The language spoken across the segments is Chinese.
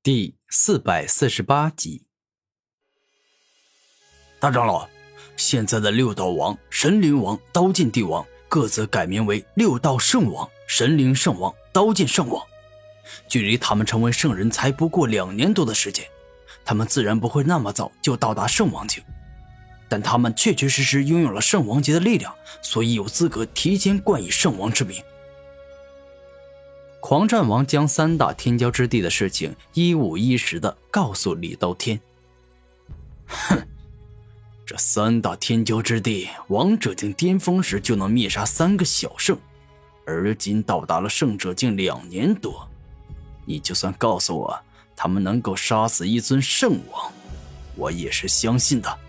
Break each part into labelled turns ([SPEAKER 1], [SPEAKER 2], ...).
[SPEAKER 1] 第448集。
[SPEAKER 2] 大长老，现在的六道王、神灵王、刀剑帝王各自改名为六道圣王、神灵圣王、刀剑圣王。距离他们成为圣人才不过2年多的时间，他们自然不会那么早就到达圣王境，但他们确确实实拥有了圣王级的力量，所以有资格提前冠以圣王之名。
[SPEAKER 1] 狂战王将3大天骄之地的事情一五一十地告诉李斗天。
[SPEAKER 2] 哼，这3大天骄之地，王者境巅峰时就能灭杀3个小圣，而今到达了圣者境2年多，你就算告诉我他们能够杀死一尊圣王，我也是相信的。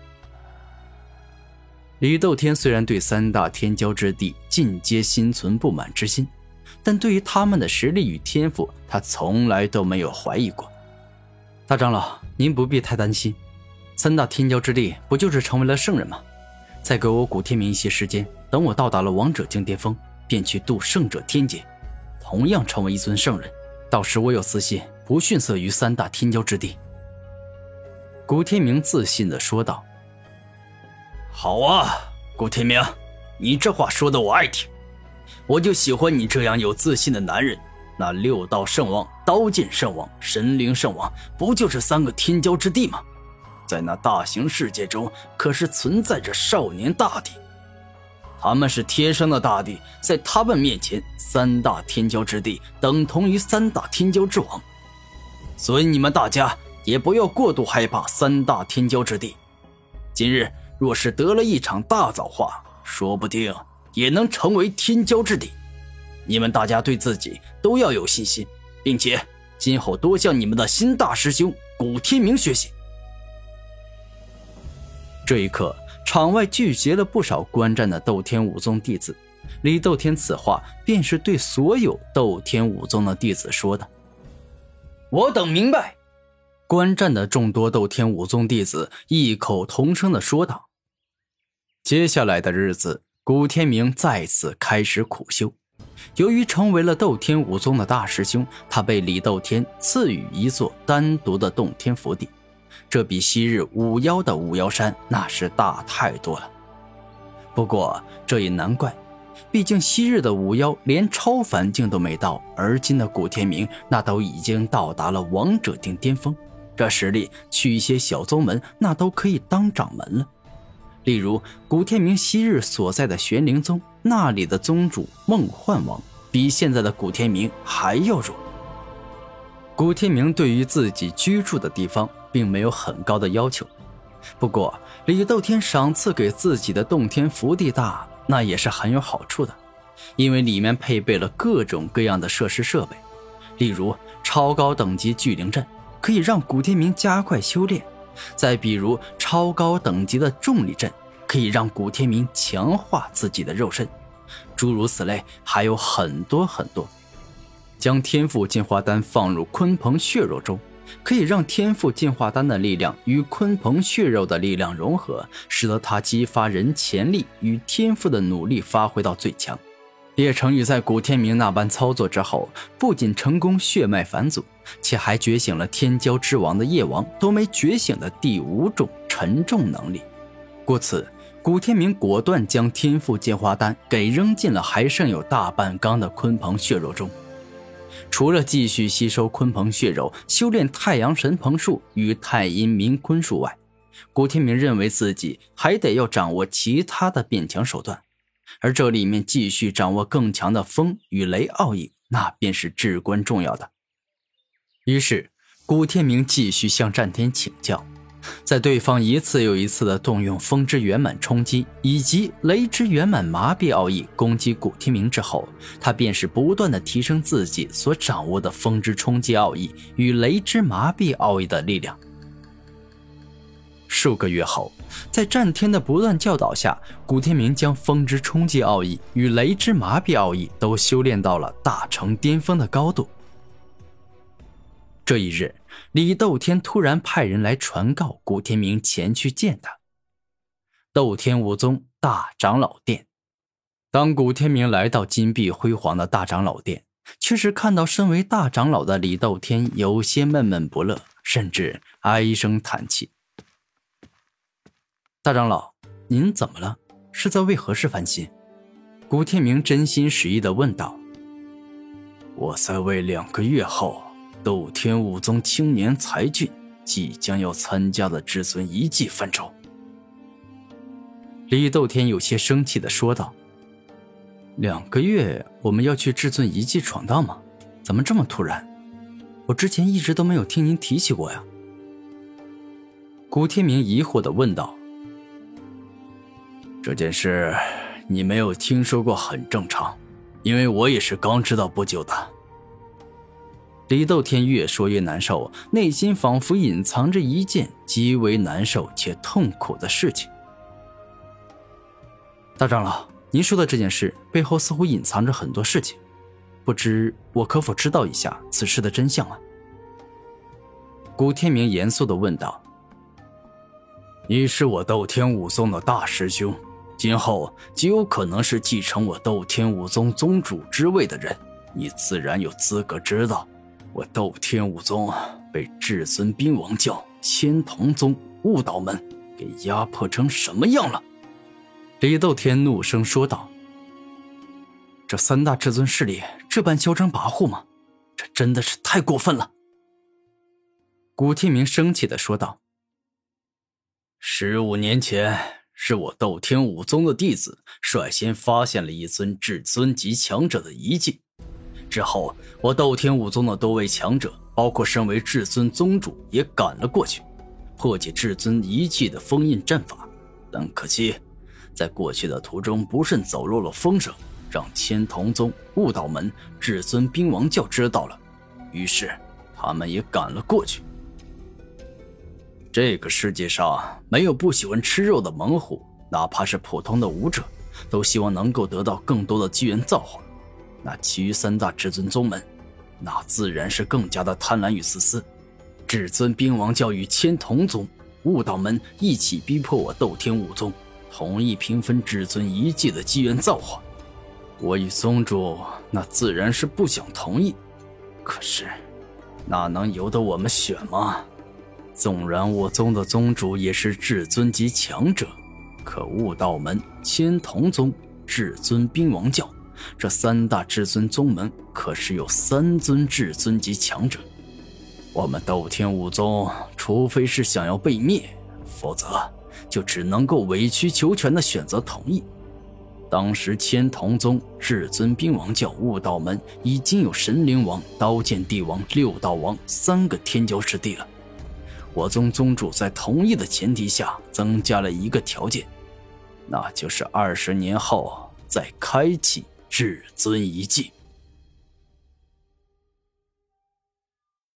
[SPEAKER 1] 李斗天虽然对3大天骄之地尽皆心存不满之心，但对于他们的实力与天赋，他从来都没有怀疑过。大长老，您不必太担心，3大天骄之地不就是成为了圣人吗？再给我古天明一些时间，等我到达了王者境巅峰，便去渡圣者天劫，同样成为一尊圣人，到时我有自信不逊色于3大天骄之地。古天明自信地说道。
[SPEAKER 2] 好啊，古天明，你这话说的我爱听，我就喜欢你这样有自信的男人。那6道圣王、刀剑圣王、神灵圣王不就是3个天骄之地吗？在那大型世界中可是存在着少年大帝，他们是天生的大帝，在他们面前3大天骄之地等同于3大天骄之王，所以你们大家也不要过度害怕3大天骄之地。今日若是得了一场大造化，说不定也能成为天骄之地。你们大家对自己都要有信心，并且今后多向你们的新大师兄古天明学习。
[SPEAKER 1] 这一刻，场外聚集了不少观战的斗天武宗弟子。李斗天此话便是对所有斗天武宗的弟子说的。
[SPEAKER 2] 我等明白。
[SPEAKER 1] 观战的众多斗天武宗弟子异口同声地说道。接下来的日子，古天明再次开始苦修。由于成为了斗天武宗的大师兄，他被李斗天赐予一座单独的洞天福地，这比昔日五妖的五妖山那是大太多了。不过这也难怪，毕竟昔日的五妖连超凡境都没到，而今的古天明那都已经到达了王者境巅峰，这实力去一些小宗门那都可以当掌门了。例如古天明昔日所在的玄灵宗，那里的宗主梦幻王比现在的古天明还要弱。古天明对于自己居住的地方并没有很高的要求，不过李斗天赏赐给自己的洞天福地大，那也是很有好处的，因为里面配备了各种各样的设施设备，例如超高等级聚灵阵，可以让古天明加快修炼，再比如超高等级的重力阵，可以让古天明强化自己的肉身，诸如此类还有很多很多。将天赋进化丹放入鲲鹏血肉中，可以让天赋进化丹的力量与鲲鹏血肉的力量融合，使得它激发人潜力与天赋的努力发挥到最强。叶成宇在古天明那般操作之后，不仅成功血脉返祖，且还觉醒了天骄之王的夜王都没觉醒的第5种沉重能力。故此古天明果断将天赋进化丹给扔进了还剩有大半缸的鲲鹏血肉中。除了继续吸收鲲鹏血肉，修炼太阳神鹏术与太阴冥坤术外，古天明认为自己还得要掌握其他的变强手段，而这里面继续掌握更强的风与雷奥义，那便是至关重要的。于是古天明继续向战天请教，在对方一次又一次的动用风之圆满冲击以及雷之圆满麻痹奥义攻击古天明之后，他便是不断的提升自己所掌握的风之冲击奥义与雷之麻痹奥义的力量。数个月后，在战天的不断教导下，古天明将风之冲击奥义与雷之麻痹奥义都修炼到了大成巅峰的高度。这一日，李斗天突然派人来传告古天明前去见他。斗天武宗大长老殿。当古天明来到金碧辉煌的大长老殿， 却是看到身为大长老的李斗天有些闷闷不乐，甚至唉声叹气。大长老，您怎么了？是在为何事烦心？古天明真心实意地问道。
[SPEAKER 2] 我在为2个月后斗天武宗青年才俊即将要参加的至尊遗迹犯愁。
[SPEAKER 1] 李斗天有些生气地说道。2个月我们要去至尊遗迹闯荡吗？怎么这么突然？我之前一直都没有听您提起过呀。古天明疑惑地问道。
[SPEAKER 2] 这件事你没有听说过很正常，因为我也是刚知道不久的。
[SPEAKER 1] 李斗天越说越难受，内心仿佛隐藏着一件极为难受且痛苦的事情。大长老，您说的这件事背后似乎隐藏着很多事情，不知我可否知道一下此事的真相啊？古天明严肃地问道。
[SPEAKER 2] 你是我斗天武宗的大师兄，今后极有可能是继承我斗天武宗宗主之位的人，你自然有资格知道我斗天武宗被至尊兵王教、千瞳宗、悟道门给压迫成什么样了。
[SPEAKER 1] 李斗天怒声说道。这3大至尊势力这般嚣张跋扈吗？这真的是太过分了。古天明生气地说道。
[SPEAKER 2] 15年前，是我斗天武宗的弟子率先发现了一尊至尊级强者的遗迹。之后，我斗天武宗的多位强者，包括身为至尊宗主，也赶了过去，破解至尊遗迹的封印阵法。但可惜，在过去的途中不慎走漏了风声，让千瞳宗、悟道门、至尊兵王教知道了，于是他们也赶了过去。这个世界上没有不喜欢吃肉的猛虎，哪怕是普通的武者，都希望能够得到更多的机缘造化。那其余3大至尊宗门，那自然是更加的贪婪与自私。至尊兵王教与千瞳宗、悟道门一起逼迫我斗天武宗同意平分至尊遗迹的机缘造化。我与宗主那自然是不想同意，可是那能由得我们选吗？纵然我宗的宗主也是至尊级强者，可悟道门、千瞳宗、至尊兵王教这3大至尊宗门可是有3尊至尊级强者。我们斗天武宗除非是想要被灭，否则就只能够委曲求全地选择同意。当时千瞳宗、至尊兵王教、悟道门已经有神灵王、刀剑帝王、六道王3个天骄师弟了。我宗宗主在同意的前提下增加了一个条件，那就是20年后再开启至尊遗迹。